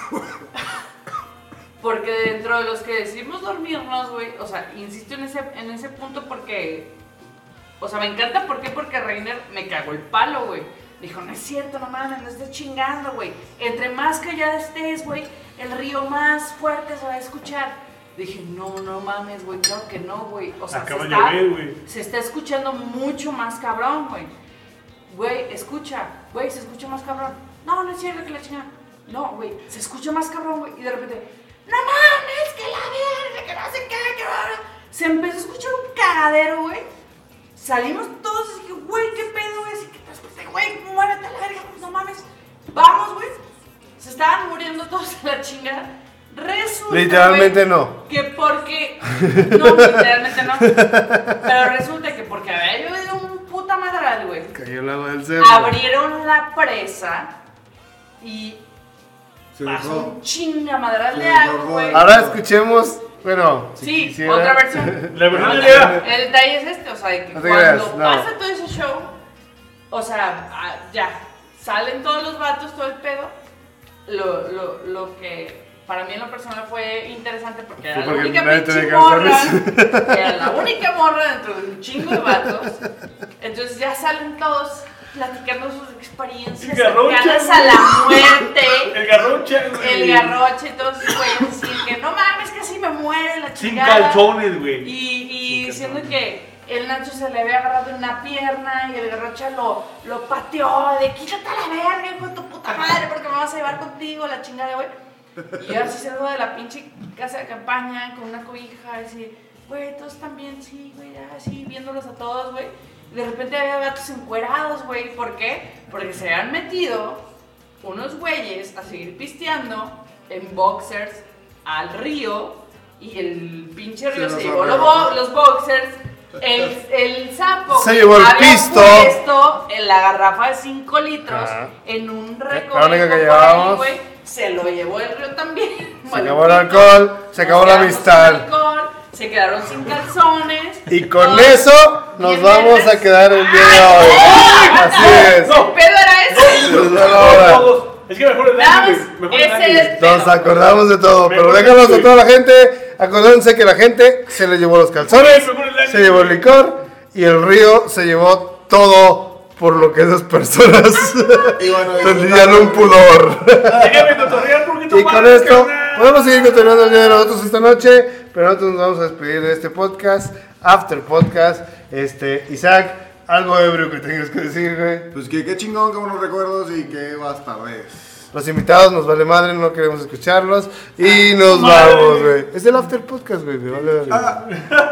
Porque dentro de los que decidimos dormirnos, güey, o sea, insisto en ese, en ese punto porque, o sea, me encanta, ¿por qué? Porque Reiner me cagó el palo, güey. Dijo, no es cierto, no mames, no estés chingando, güey. Entre más callada estés, güey, el río más fuerte se va a escuchar. Dije, no, no mames, güey, claro que no, güey. O sea, se Acaba de está, llover, güey. se está escuchando mucho más cabrón, güey. Güey, escucha, güey, se escucha más cabrón. No, no es cierto que la chingada. No, güey, se escucha más cabrón, güey. Y de repente, no mames, que la verga, que no sé qué, que no. Se empezó a escuchar un cagadero, güey. Salimos todos y dije, güey, qué pedo, güey. Así que después, güey, muévete a la verga, pues no mames. Vamos, güey. Se estaban muriendo todos a la chingada. Resulta, Literalmente güey, no. que porque. No, literalmente no. Pero resulta que porque había llovido un puta madral, güey. Cayó el agua del cerro. Abrieron la presa y Se pasó dejó. un chingamadral Se de agua, desbordó. güey. Ahora escuchemos, bueno, si Sí, quisiera- otra versión. La verdad No, es que- el detalle es este, o sea, de que No te cuando creas, no. pasa todo ese show, o sea, ah, ya, salen todos los vatos, todo el pedo, lo, lo, lo que para mí en lo personal fue interesante porque era la porque única nadie pinche tenía morra, calzones. era la única morra dentro de un chingo de vatos, entonces ya salen todos platicando sus experiencias El garrocha, cercanas a la muerte. El garrocha, güey. El garroche y todos esos güeyes así que no mames, casi me muere la Sin chingada. calzones, güey. Y, y diciendo que el Nacho se le había agarrado en una pierna y el garrocha lo, lo pateó de quítate a la verga, hijo de tu puta madre, porque me vas a llevar contigo, la chingada, güey. Y yo así salgo de la pinche casa de campaña con una cobija, así, güey, todos están bien, sí, güey, así, viéndolos a todos, güey. Y de repente había gatos encuerados, güey, ¿por qué? Porque se habían metido unos güeyes a seguir pisteando en boxers al río y el pinche río Se se, los llevó los, arrebató. bo- los boxers. El, el sapo Se güey, llevó el había pisto. puesto en la garrafa de cinco litros Ajá. en un La recoveco única que por ahí, llevábamos. güey. Se lo llevó el río también. Se acabó el alcohol, se Nos acabó la quedamos sin amistad. alcohol, se quedaron sin calzones. Y con todos eso nos bien vamos verdes. a quedar el día de hoy. Así es. ¿Qué pedo era ese? Nos vemos Todos, ahora. todos. Es que mejor el Nada Dani, más, güey. Mejor el Dani, ese güey. es- Nos acordamos de todo, Me pero acuerdo, déjanos a güey. toda la gente. Acuérdense que la gente se le llevó los calzones, Sí, me acuerdo, se llevó el licor y el río se llevó todo por lo que esas personas Y bueno, tendrían un pudor. Déjame cotorrear un poquito Y más, con esto carnal. podemos seguir continuando el día de nosotros esta noche, pero nosotros nos vamos a despedir de este podcast, After Podcast. Este, Isaac, algo ebrio que tengas que decir, güey. pues que qué chingón, qué buenos recuerdos y qué bastardes. Los invitados nos vale madre, no queremos escucharlos y nos madre. vamos, güey. Es el After Podcast, güey. me vale verga.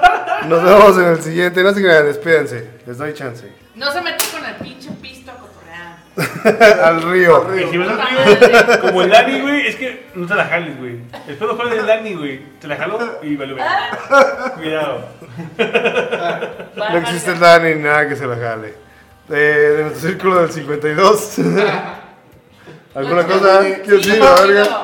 Nos vemos en el siguiente. No se crean, despídense. Les doy chance. No se mete con el pinche pisto a cotorrear. Al río. Y si vas al río, como el Dani, güey, es que no te la jales, güey. El pedo fue del Dani, güey. Te la jaló y valió ver. Cuidado. Bye. No existe el Dani ni nada que se la jale. De, de nuestro círculo del cincuenta y dos. ¿Alguna cosa? ¿Quién sí, la verga?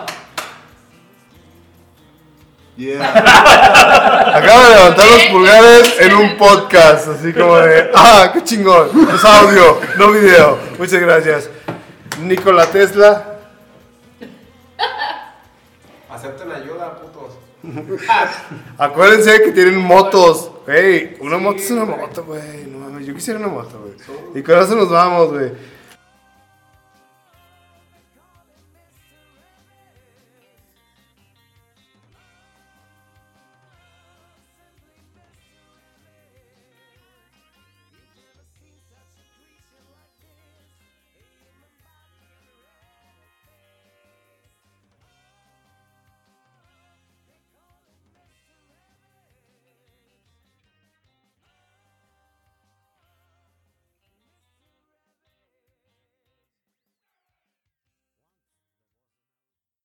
Yeah. Acaba de levantar los pulgares en un podcast, así como de, ah, qué chingón, es audio, no video. Muchas gracias. Nikola Tesla. Acepten ayuda, putos. Acuérdense que tienen motos. Hey, una moto es una moto, güey. No mames, yo quisiera una moto, güey. Y con eso nos vamos, güey.